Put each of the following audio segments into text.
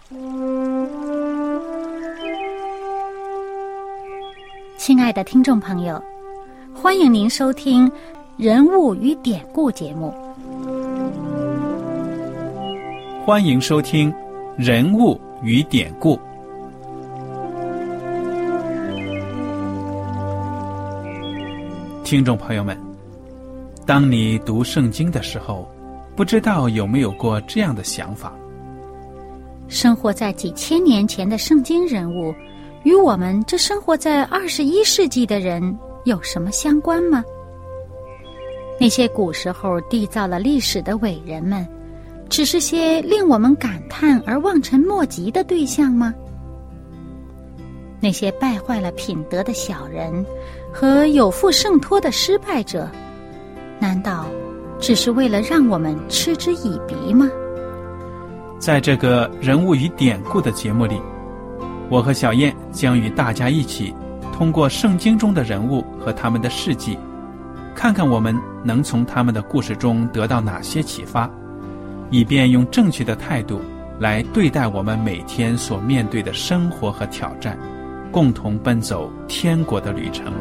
亲爱的听众朋友，欢迎您收听《人物与典故》节目。 欢迎收听《人物与典故》。听众朋友们，当你读圣经的时候，不知道有没有过这样的想法？ 生活在几千年前的圣经人物，与我们这生活在21世纪的人有什么相关吗？那些古时候缔造了历史的伟人们，只是些令我们感叹而望尘莫及的对象吗？那些败坏了品德的小人和有负圣托的失败者，难道只是为了让我们嗤之以鼻吗？ 在这个人物与典故的节目里，我和小燕将与大家一起通过圣经中的人物和他们的事迹，看看我们能从他们的故事中得到哪些启发，以便用正确的态度来对待我们每天所面对的生活和挑战，共同奔走天国的旅程。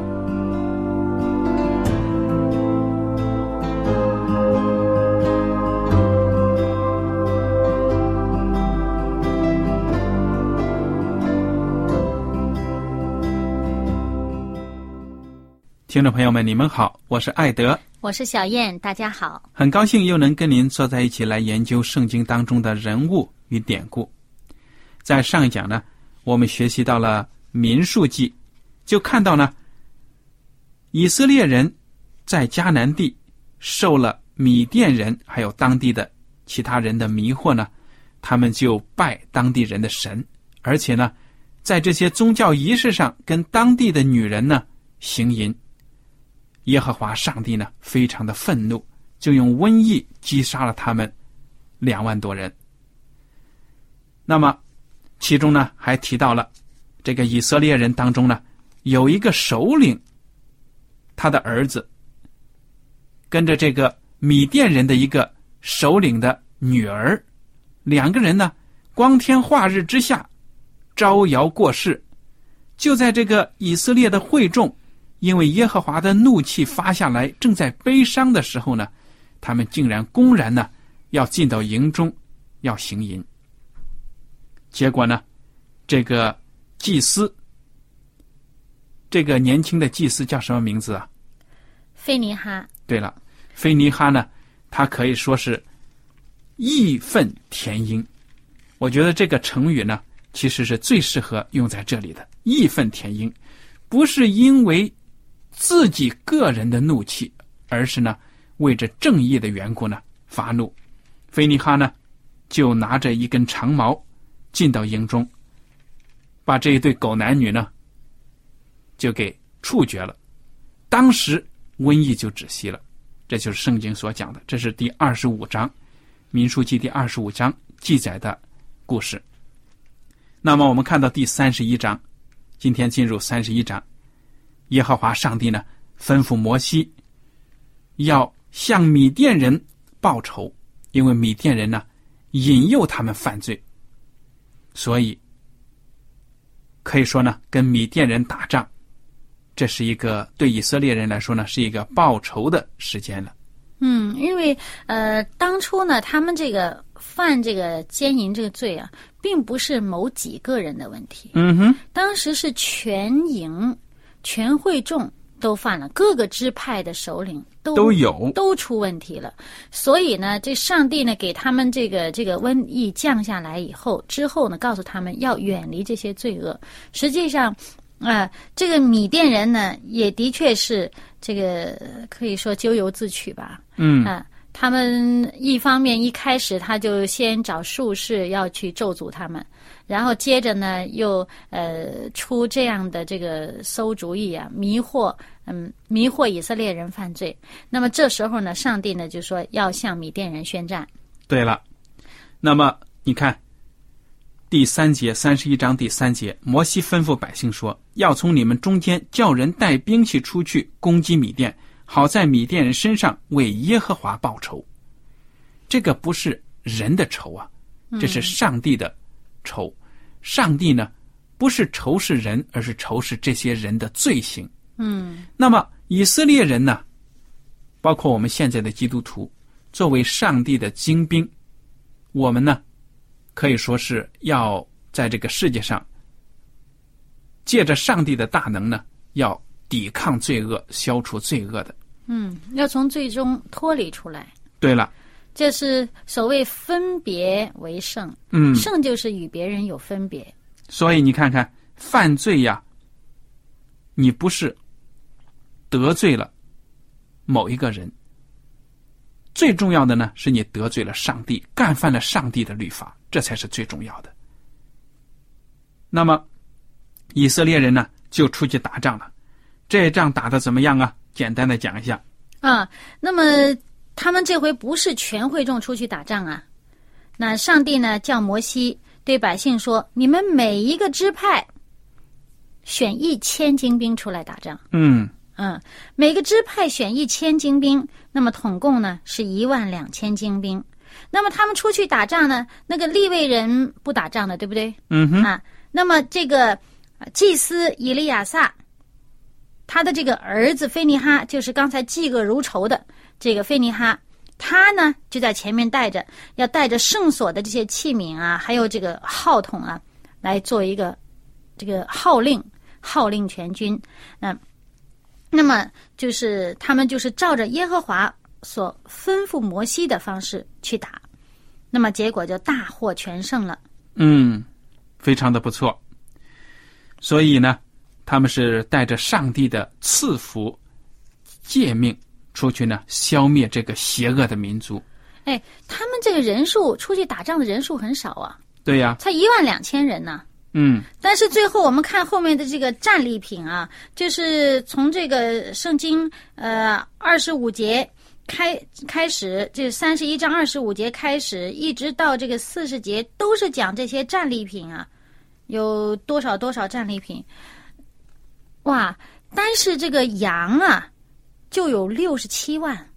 听众朋友们，你们好，我是艾德， 我是小燕，大家好。 很高兴又能跟您坐在一起来研究圣经当中的人物与典故。在上一讲呢，我们学习到了民数记，就看到呢，以色列人在迦南地受了米甸人还有当地的其他人的迷惑呢，他们就拜当地人的神，而且呢，在这些宗教仪式上跟当地的女人呢行淫。耶和华上帝呢非常的愤怒，就用瘟疫击杀了他们2万多人。那么其中呢还提到了这个以色列人当中呢有一个首领，他的儿子跟着这个米甸人的一个首领的女儿，2个人呢光天化日之下招摇过市，就在这个以色列的会众因为耶和华的怒气发下来，正在悲伤的时候呢，他们竟然公然呢要进到营中要行淫。结果呢，这个祭司，这个年轻的祭司叫什么名字啊？ 菲尼哈。 对了，菲尼哈呢，他可以说是义愤填膺。我觉得这个成语呢，其实是最适合用在这里的。义愤填膺，不是因为自己个人的怒气，而是呢为着正义的缘故呢发怒。菲尼哈呢就拿着一根长矛进到营中，把这一对狗男女呢就给处决了。当时瘟疫就止息了。这就是圣经所讲的，这是第25章，民数记第25章记载的故事。那么我们看到第31章，今天进入31章，耶和华上帝呢吩咐摩西要向米甸人报仇，因为米甸人呢引诱他们犯罪，所以可以说呢跟米甸人打仗，这是一个对以色列人来说呢是一个报仇的时间了。 因为当初呢他们这个犯这个奸淫这个罪啊，并不是某几个人的问题。当时是全营全会众都犯了，各个支派的首领都出问题了。所以呢，这上帝呢给他们这个瘟疫降下来以后，之后呢告诉他们要远离这些罪恶。实际上这个米甸人呢也的确是这个可以说咎由自取吧。他们一方面一开始他就先找术士要去咒诅他们，然后接着呢又出这样的这个馊主意啊，迷惑以色列人犯罪。那么这时候呢，上帝呢就说要向米甸人宣战。 对了，那么你看第3节，31章第3节，摩西吩咐百姓说，要从你们中间叫人带兵器出去攻击米甸，好在米甸人身上为耶和华报仇。这个不是人的仇啊，这是上帝的仇。上帝呢，不是仇视人，而是仇视这些人的罪行。那么以色列人呢，包括我们现在的基督徒，作为上帝的精兵，我们呢，可以说是要在这个世界上，借着上帝的大能呢，要抵抗罪恶，消除罪恶的。 要从最终脱离出来。 对了， 这是所谓分别为圣。圣就是与别人有分别。 所以你看看，犯罪呀，你不是得罪了某一个人，最重要的呢，是你得罪了上帝，干犯了上帝的律法，这才是最重要的。那么以色列人呢，就出去打仗了。这仗打得怎么样啊？简单的讲一下。 那么他们这回不是全会众出去打仗啊。那上帝呢，叫摩西对百姓说，你们每一个支派选1000精兵出来打仗。每个支派选1000精兵，那么统共呢是12000精兵。那么他们出去打仗呢，那个利未人不打仗的，对不对？那么这个祭司以利亚撒，他的这个儿子菲尼哈，就是刚才嫉恶如仇的这个菲尼哈，他呢就在前面要带着圣所的这些器皿啊，还有这个号筒啊，来做一个这个号令全军。那么就是他们就是照着耶和华所吩咐摩西的方式去打，那么结果就大获全胜了。 非常的不错。所以呢，他们是带着上帝的赐福诫命出去呢，消灭这个邪恶的民族。 他们这个人数出去打仗的人数很少啊。 对呀， 才12000人呢。但是最后我们看后面的这个战利品啊，就是从这个圣经25节开始，这31章25节开始，一直到这个40节，都是讲这些战利品啊，有多少战利品。哇，单是这个羊啊就有67万。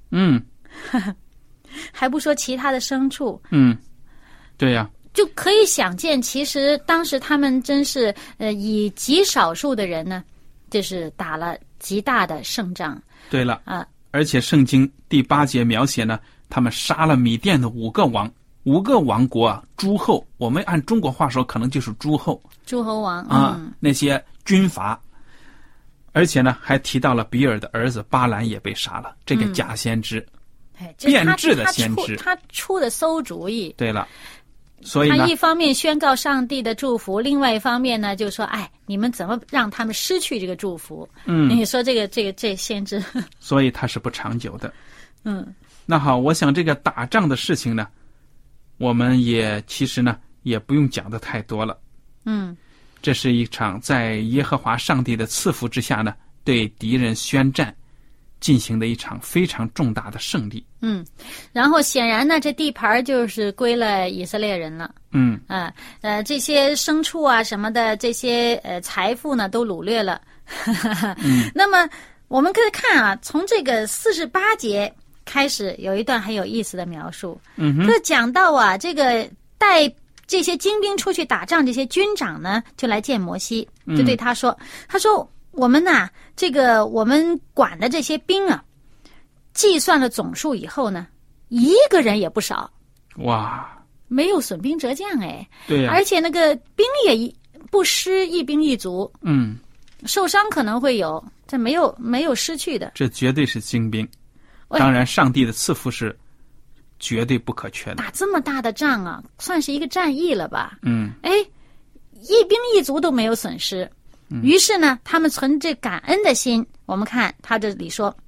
还不说其他的牲畜。 对呀， 就可以想见，其实当时他们真是以极少数的人呢，就是打了极大的胜仗。 对了而且圣经第8节描写呢，他们杀了米甸的5个王国啊，诸侯，我们按中国话说可能就是诸侯王那些军阀。而且呢，还提到了比尔的儿子巴兰也被杀了，这个假先知，变质的先知， 他出的馊主意。 对了，所以呢， 他一方面宣告上帝的祝福，另外一方面呢，就说你们怎么让他们失去这个祝福？你说这先知， 所以他是不长久的。那好，我想这个打仗的事情呢，我们也其实呢也不用讲的太多了。这是一场在耶和华上帝的赐福之下呢，对敌人宣战进行的一场非常重大的胜利。 然后显然呢，这地盘就是归了以色列人了。这些牲畜啊什么的，这些财富呢都掳掠了。那么我们可以看啊，从这个48节开始有一段很有意思的描述。就讲到啊，这个带这些精兵出去打仗，这些军长呢就来见摩西，就对他说，我们呐，这个我们管的这些兵啊，计算了总数以后呢，一个人也不少。 哇， 没有损兵折将。 对呀， 而且那个兵也不失一兵一卒。受伤可能会有，这没有失去的， 这绝对是精兵。当然上帝的赐福是绝对不可缺的。 打这么大的仗啊，算是一个战役了吧。一兵一卒都没有损失。于是呢，他们存着感恩的心。我们看他这里说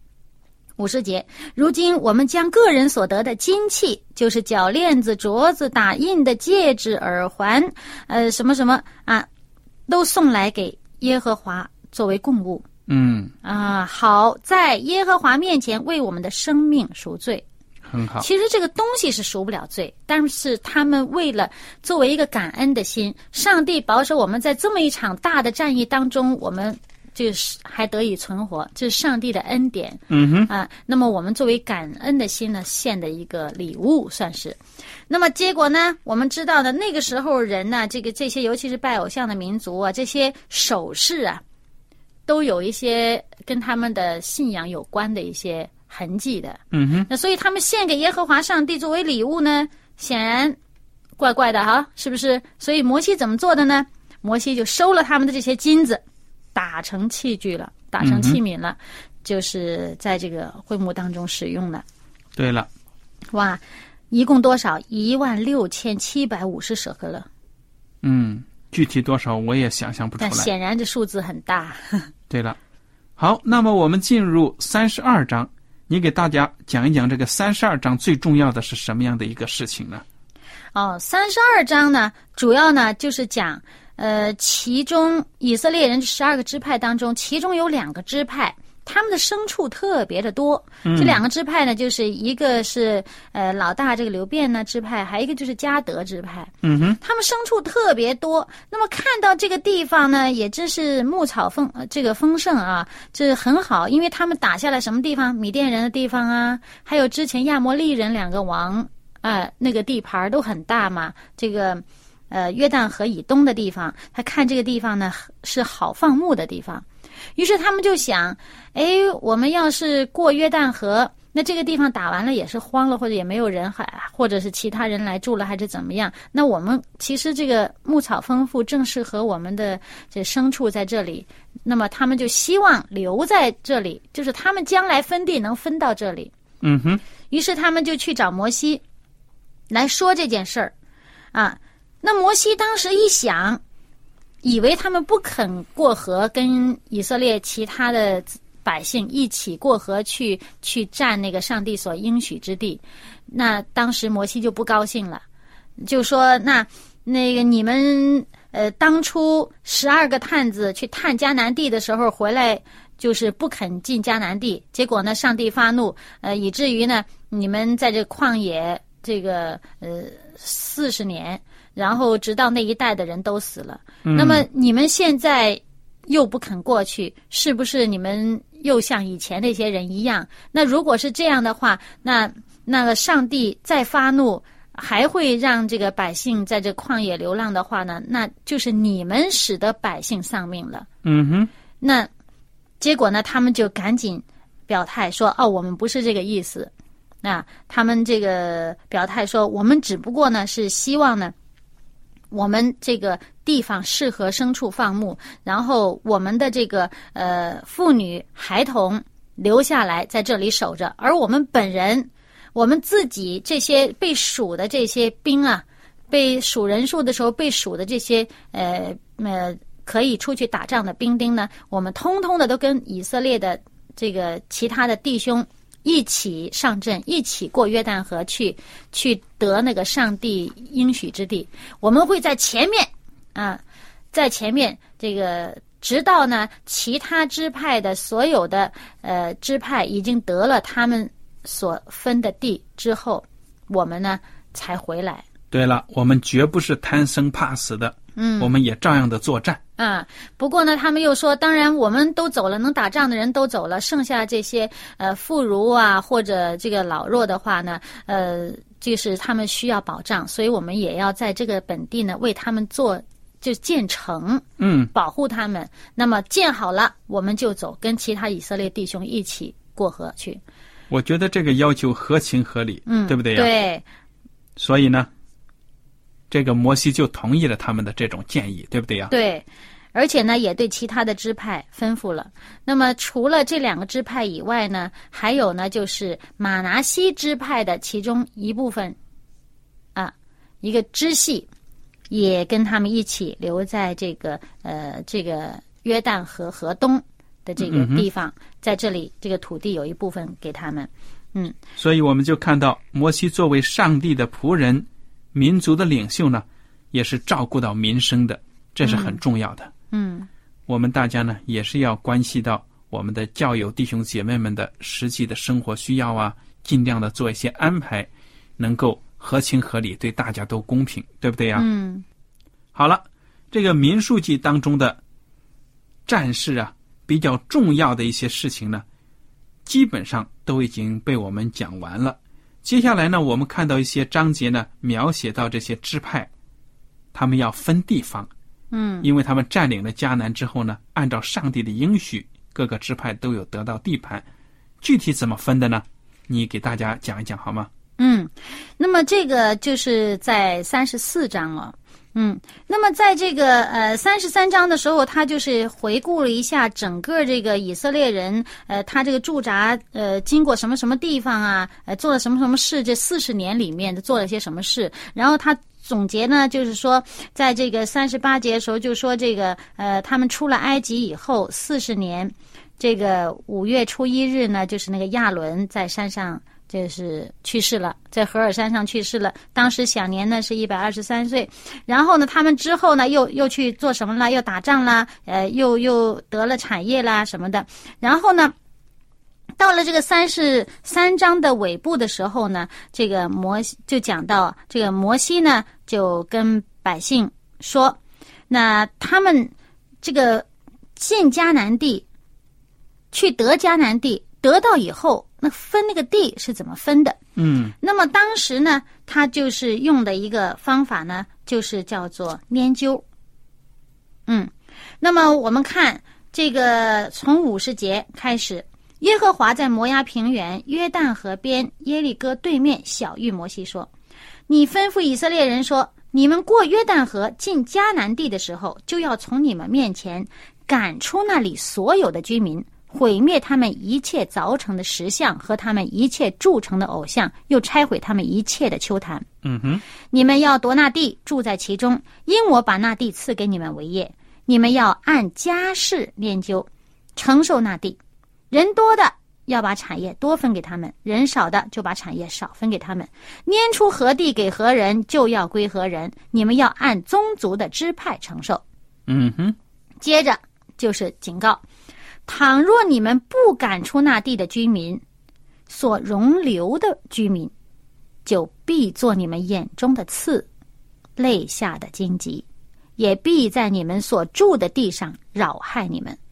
50节，如今我们将个人所得的金器，就是脚链子、镯子、打印的戒指、耳环，什么什么啊，都送来给耶和华作为供物。好在耶和华面前为我们的生命赎罪。 很好。 其实这个东西是赎不了罪，但是他们为了作为一个感恩的心，上帝保守我们在这么一场大的战役当中，我们就是还得以存活，这是上帝的恩典。那么我们作为感恩的心呢，献的一个礼物算是。那么结果呢，我们知道的那个时候人呢，这些尤其是拜偶像的民族啊，这些首饰啊，都有一些跟他们的信仰有关的一些痕迹的。那所以他们献给耶和华上帝作为礼物呢，显然怪怪的哈，是不是？所以摩西怎么做的呢？摩西就收了他们的这些金子，打成器具了，打成器皿了，就是在这个会幕当中使用的。 对了， 哇，一共多少？16750舍客勒。 具体多少我也想象不出来。 但显然这数字很大。 对了，好，那么我们进入32章，你给大家讲一讲这个32章最重要的是什么样的一个事情呢 ？32章呢，主要呢就是讲，其中以色列人12个支派当中，其中有2个支派，他们的牲畜特别的多。这2个支派呢，就是一个是老大这个流便呢支派，还有一个就是迦得支派。他们牲畜特别多。那么看到这个地方呢，也真是牧草丰盛啊，这很好，因为他们打下来什么地方？米甸人的地方啊，还有之前亚摩利人2个王。那个地盘都很大嘛，这个约旦河以东的地方，他看这个地方呢是好放牧的地方，于是他们就想，我们要是过约旦河，那这个地方打完了也是荒了，或者也没有人，或者是其他人来住了，还是怎么样？那我们其实这个牧草丰富，正适合我们的这牲畜在这里。那么他们就希望留在这里，就是他们将来分地能分到这里。于是他们就去找摩西来说这件事儿啊。那摩西当时一想，以为他们不肯过河，跟以色列其他的百姓一起过河去占那个上帝所应许之地。那当时摩西就不高兴了，就说那个你们当初12个探子去探迦南地的时候回来，就是不肯进迦南地，结果呢上帝发怒，以至于呢你们在这旷野这个40年，然后直到那一代的人都死了。那么你们现在又不肯过去，是不是你们又像以前那些人一样？那如果是这样的话，那个上帝再发怒，还会让这个百姓在这旷野流浪的话呢，那就是你们使得百姓丧命了。那结果呢，他们就赶紧表态说，我们不是这个意思。那他们这个表态说，我们只不过呢是希望呢，我们这个地方适合牲畜放牧，然后我们的这个妇女孩童留下来在这里守着，而我们本人，我们自己这些被数的这些兵啊，被数人数的时候被数的这些可以出去打仗的兵丁呢，我们通通的都跟以色列的这个其他的弟兄一起上阵，一起过约旦河去得那个上帝应许之地。我们会在前面在前面这个直到呢其他支派的所有的支派已经得了他们所分的地之后，我们呢才回来。 对了，我们绝不是贪生怕死的，我们也照样的作战。 不过呢，他们又说，当然我们都走了，能打仗的人都走了，剩下这些妇孺啊或者这个老弱的话呢，就是他们需要保障，所以我们也要在这个本地呢为他们就建城，保护他们。那么建好了，我们就走，跟其他以色列弟兄一起过河去。 我觉得这个要求合情合理，对不对呀？ 对。 所以呢，这个摩西就同意了他们的这种建议，对不对呀？ 对，而且呢，也对其他的支派吩咐了。那么除了这2个支派以外呢，还有呢，就是马拿西支派的其中一部分一个支系，也跟他们一起留在这个约旦河河东的这个地方，在这里这个土地有一部分给他们。 所以我们就看到摩西作为上帝的仆人，民族的领袖呢，也是照顾到民生的，这是很重要的。我们大家呢也是要关系到我们的教友弟兄姐妹们的实际的生活需要啊，尽量的做一些安排，能够合情合理，对大家都公平，对不对呀？好了，这个民数记当中的战事啊， 比较重要的一些事情呢，基本上都已经被我们讲完了。接下来呢，我们看到一些章节呢，描写到这些支派，他们要分地方。因为他们占领了迦南之后呢，按照上帝的应许，各个支派都有得到地盘。具体怎么分的呢？你给大家讲一讲好吗？ 那么这个就是在34章了。那么在这个33章的时候，他就是回顾了一下整个这个以色列人他这个驻扎经过什么什么地方啊，做了什么什么事，这40年里面做了些什么事，然后他总结呢，就是说在这个38节的时候就说这个他们出了埃及以后40年，这个5月初1日呢，就是那个亚伦在山上就是去世了，在何尔山上去世了，当时享年呢是123岁。然后呢，他们之后呢又去做什么了？又打仗啦，又得了产业啦什么的。然后呢，到了这个33章的尾部的时候呢，这个就讲到这个摩西呢就跟百姓说，那他们这个进迦南地，去得迦南地，得到以后，那分那个地是怎么分的？那么当时呢，他就是用的一个方法呢，就是叫做拈阄。那么我们看这个从50节开始，耶和华在摩押平原约旦河边耶利哥对面晓谕摩西说，你吩咐以色列人说，你们过约旦河进迦南地的时候，就要从你们面前赶出那里所有的居民，毁灭他们一切凿成的石像和他们一切铸成的偶像，又拆毁他们一切的丘坛。你们要夺那地，住在其中，因我把那地赐给你们为业。你们要按家世拈阄，承受那地。人多的要把产业多分给他们，人少的就把产业少分给他们。拈出何地给何人，就要归何人。你们要按宗族的支派承受。接着就是警告，倘若你们不赶出那地的居民，所容留的居民，就必做你们眼中的刺，肋下的荆棘，也必在你们所住的地上扰害你们。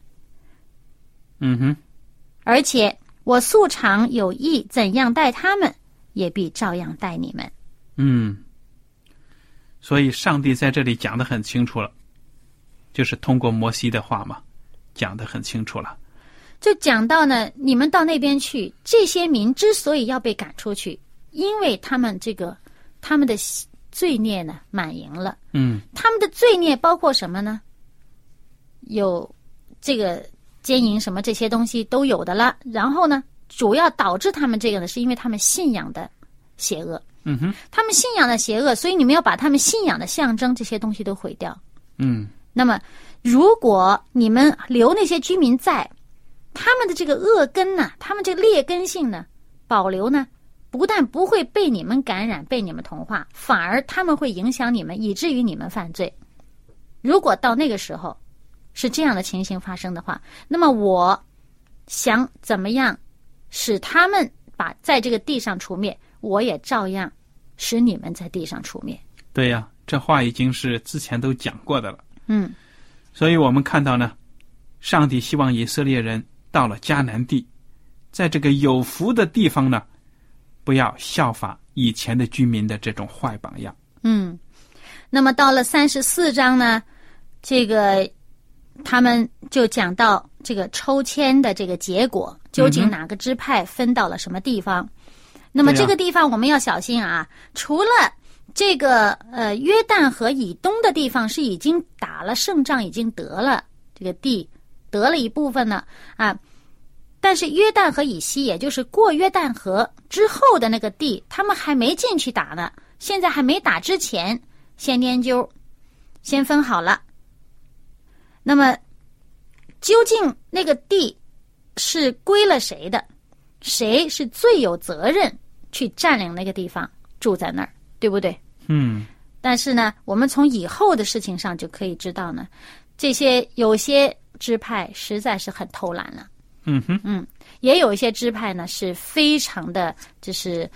而且我素常有意怎样待他们，也必照样待你们。 所以上帝在这里讲得很清楚了，就是通过摩西的话嘛，讲得很清楚了。 就讲到呢，你们到那边去，这些民之所以要被赶出去，因为他们的罪孽呢满盈了。他们的罪孽包括什么呢？有这个奸淫什么这些东西都有的了。然后呢，主要导致他们这个呢，是因为他们信仰的邪恶。他们信仰的邪恶，所以你们要把他们信仰的象征这些东西都毁掉。那么如果你们留那些居民在，他们的这个恶根呢，他们这个劣根性呢保留呢，不但不会被你们感染，被你们同化，反而他们会影响你们，以至于你们犯罪。如果到那个时候是这样的情形发生的话，那么我想怎么样使他们在这个地上除灭，我也照样使你们在地上除灭。 对呀，这话已经是之前都讲过的了。所以我们看到呢，上帝希望以色列人到了迦南地，在这个有福的地方呢，不要效法以前的居民的这种坏榜样。 那么到了34章呢，这个他们就讲到这个抽签的这个结果，究竟哪个支派分到了什么地方。那么这个地方我们要小心啊，除了这个约旦河以东的地方是已经打了胜仗，已经得了这个地，得了一部分呢但是约旦河以西，也就是过约旦河之后的那个地，他们还没进去打呢，现在还没打之前，先研究，先分好了。那么究竟那个地是归了谁的，谁是最有责任去占领那个地方，住在那儿，对不对？但是呢，我们从以后的事情上就可以知道呢，有些支派实在是很偷懒了。也有一些支派呢是非常的就是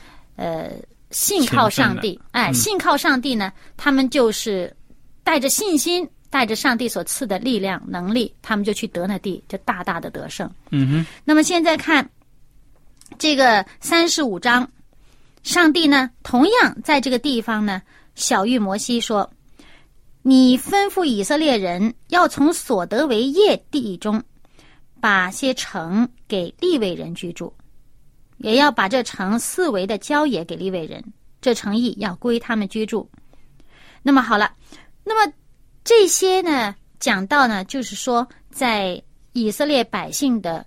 信靠上帝。信靠上帝呢，他们就是带着信心带着上帝所赐的力量能力，他们就去得那地，就大大的得胜。那么现在看这个35章，上帝呢同样在这个地方呢晓谕摩西说，你吩咐以色列人要从所得为业地中把些城给利未人居住，也要把这城四围的郊野给利未人，这城邑要归他们居住。那么好了，那么这些呢讲到呢，就是说在以色列百姓的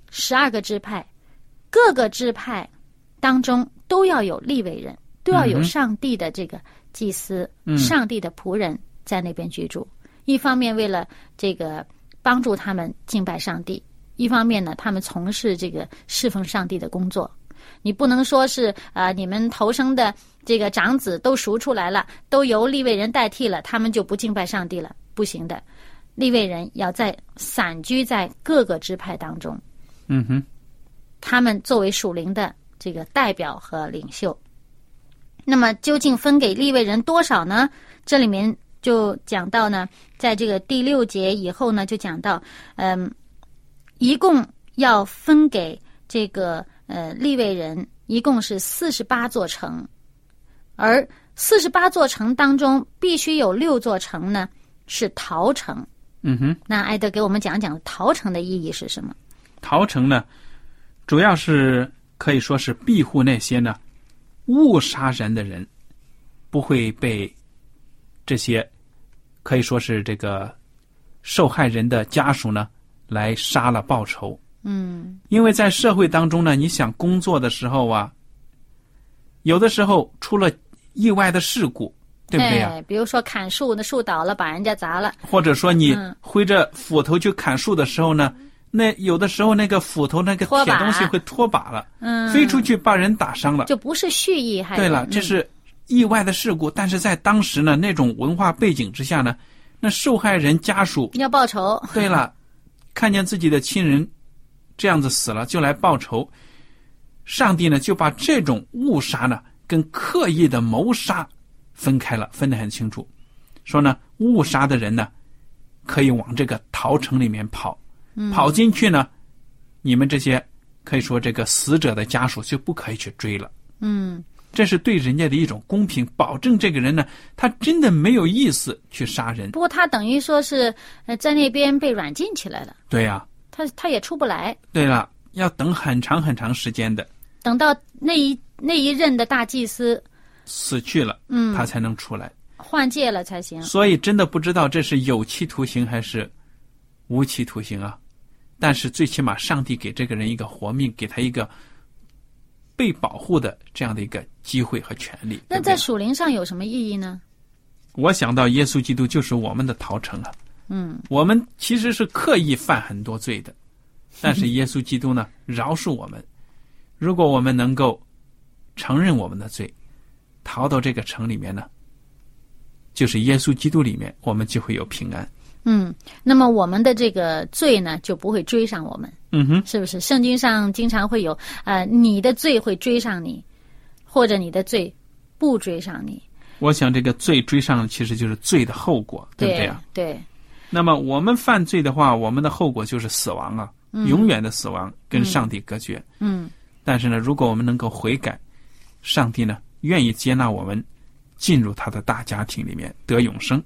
12个支派，各个支派当中都要有利未人，都要有上帝的这个祭司，上帝的仆人在那边居住。一方面为了这个帮助他们敬拜上帝，一方面呢他们从事这个侍奉上帝的工作。你不能说是你们头生的这个长子都赎出来了，都由利未人代替了，他们就不敬拜上帝了，不行的。利未人要在散居在各个支派当中，他们作为属灵的这个代表和领袖。那么究竟分给利未人多少呢？这里面就讲到呢，在这个第6节以后呢，就讲到一共要分给这个利未人一共是48座城，而48座城当中必须有6座城呢是逃城。那艾德给我们讲讲逃城的意义是什么？ 逃城呢，主要是可以说是庇护那些呢误杀人的人，不会被这些可以说是这个受害人的家属呢来杀了报仇。因为在社会当中呢，你想工作的时候啊，有的时候出了意外的事故，对不对啊？ 比如说砍树，那树倒了把人家砸了， 或者说你挥着斧头去砍树的时候呢，那有的时候那个斧头那个铁东西会脱把了，飞出去把人打伤了， 就不是蓄意害人。 对了，这是意外的事故，但是在当时呢，那种文化背景之下呢，那受害人家属要报仇。 对了，看见自己的亲人这样子死了，就来报仇。上帝呢，就把这种误杀呢，跟刻意的谋杀分开了，分得很清楚。说呢，误杀的人呢，可以往这个逃城里面跑，跑进去呢，你们这些可以说这个死者的家属就不可以去追了。这是对人家的一种公平，保证这个人呢，他真的没有意思去杀人。 不过他等于说是在那边被软禁起来了。 对呀， 他也出不来。 对了，要等很长很长时间的， 等到那一任的大祭司死去了，他才能出来， 换届了才行。 所以真的不知道这是有期徒刑还是无期徒刑啊。但是最起码上帝给这个人一个活命，给他一个被保护的这样的一个机会和权利。 那在属灵上有什么意义呢？ 我想到耶稣基督就是我们的逃城啊。我们其实是刻意犯很多罪的，但是耶稣基督呢，饶恕我们。如果我们能够承认我们的罪，逃到这个城里面呢，就是耶稣基督里面，我们就会有平安。 那么我们的这个罪呢，就不会追上我们。是不是？圣经上经常会有你的罪会追上你，或者你的罪不追上你。 我想这个罪追上其实就是罪的后果，对不对啊？ 对。 那么我们犯罪的话，我们的后果就是死亡啊，永远的死亡，跟上帝隔绝。但是呢，如果我们能够悔改，上帝呢愿意接纳我们进入他的大家庭里面，得永生。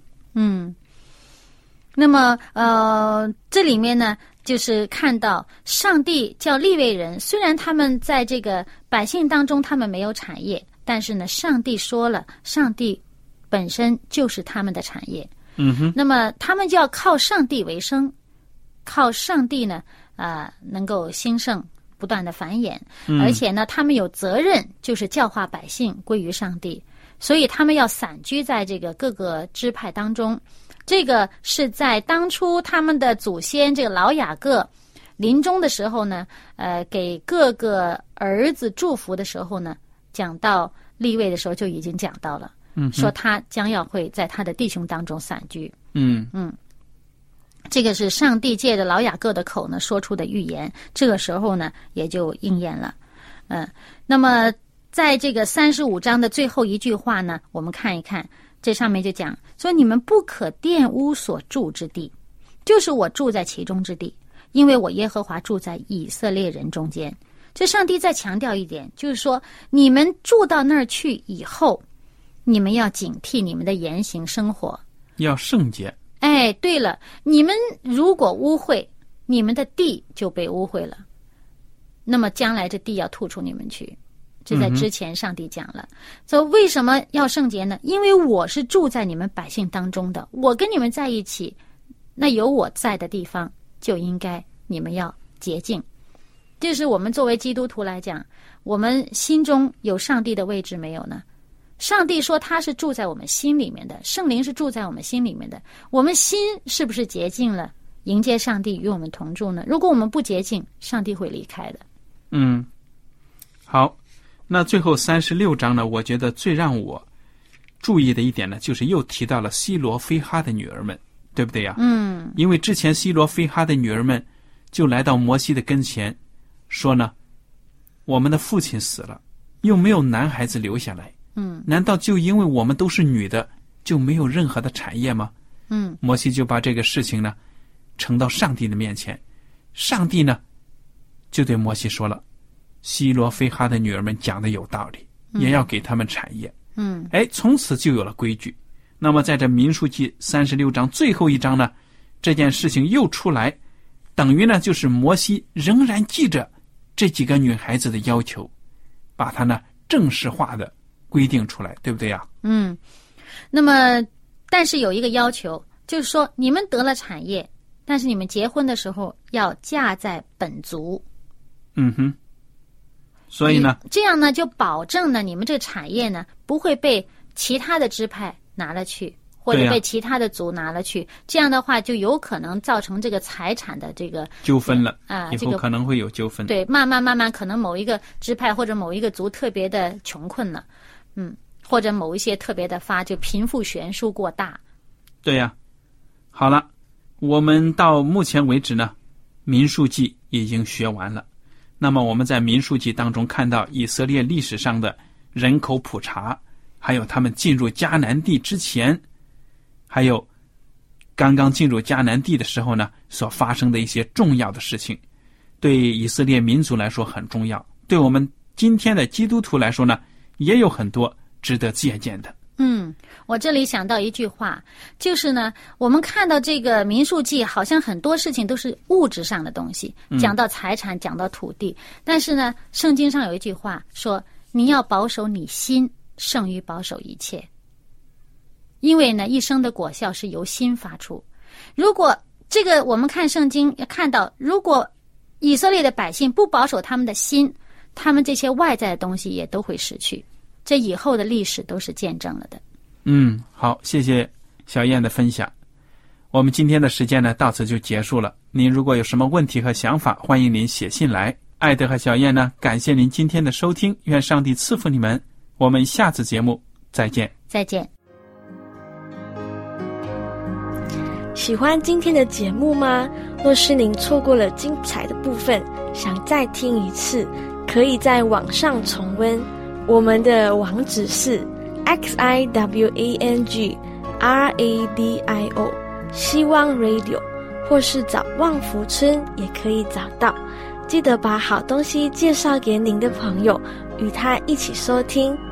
那么这里面呢，就是看到上帝叫利未人，虽然他们在这个百姓当中他们没有产业，但是呢，上帝说了，上帝本身就是他们的产业。那么他们就要靠上帝为生，靠上帝呢能够兴盛，不断的繁衍，而且呢，他们有责任，就是教化百姓归于上帝，所以他们要散居在这个各个支派当中。这个是在当初他们的祖先这个老雅各临终的时候呢，给各个儿子祝福的时候呢，讲到利未的时候就已经讲到了，说他将要会在他的弟兄当中散居。这个是上帝借着老雅各的口呢说出的预言，这个时候呢也就应验了。那么在这个35章的最后一句话呢，我们看一看， 这上面就讲说，你们不可玷污所住之地，就是我住在其中之地，因为我耶和华住在以色列人中间。这上帝再强调一点，就是说你们住到那儿去以后，你们要警惕你们的言行生活， 要圣洁。 哎，对了，你们如果污秽，你们的地就被污秽了，那么将来这地要吐出你们去。这在之前上帝讲了，所以为什么要圣洁呢？因为我是住在你们百姓当中的，我跟你们在一起，那有我在的地方就应该你们要洁净。这是我们作为基督徒来讲，我们心中有上帝的位置没有呢？上帝说他是住在我们心里面的，圣灵是住在我们心里面的，我们心是不是洁净了，迎接上帝与我们同住呢？如果我们不洁净，上帝会离开的。 好，那最后36章呢，我觉得最让我注意的一点呢，就是又提到了西罗非哈的女儿们，对不对呀？因为之前西罗非哈的女儿们就来到摩西的跟前说呢，我们的父亲死了，又没有男孩子留下来，难道就因为我们都是女的就没有任何的产业吗？摩西就把这个事情呢呈到上帝的面前，上帝呢就对摩西说了，西罗非哈的女儿们讲的有道理，也要给他们产业。从此就有了规矩。那么在这民数记36章最后一章呢，这件事情又出来，等于呢就是摩西仍然记着这几个女孩子的要求，把它呢正式化的规定出来，对不对呀？ 那么但是有一个要求，就是说你们得了产业，但是你们结婚的时候要嫁在本族。所以呢，这样呢就保证呢你们这个产业呢不会被其他的支派拿了去，或者被其他的族拿了去，这样的话就有可能造成这个财产的这个纠纷了以后可能会有纠纷。 对，慢慢可能某一个支派或者某一个族特别的穷困了，或者某一些特别的就贫富悬殊过大。 对呀。好了，我们到目前为止呢，民数记已经学完了。那么我们在民数记当中看到以色列历史上的人口普查，还有他们进入迦南地之前，还有刚刚进入迦南地的时候呢所发生的一些重要的事情，对以色列民族来说很重要，对我们今天的基督徒来说呢也有很多值得借鉴的。 我这里想到一句话，就是呢我们看到这个民数记好像很多事情都是物质上的东西，讲到财产，讲到土地，但是呢圣经上有一句话说，你要保守你心胜于保守一切，因为呢一生的果效是由心发出。如果这个我们看圣经看到，如果以色列的百姓不保守他们的心，他们这些外在的东西也都会失去，这以后的历史都是见证了的。 好，谢谢小燕的分享。我们今天的时间呢到此就结束了。您如果有什么问题和想法，欢迎您写信来。艾德和小燕呢感谢您今天的收听，愿上帝赐福你们。我们下次节目再见。 再见。 喜欢今天的节目吗？若是您错过了精彩的部分，想再听一次，可以在网上重温。我们的网址是 xiwangradio 希望 radio， 或是找旺福村也可以找到。记得把好东西介绍给您的朋友，与他一起收听。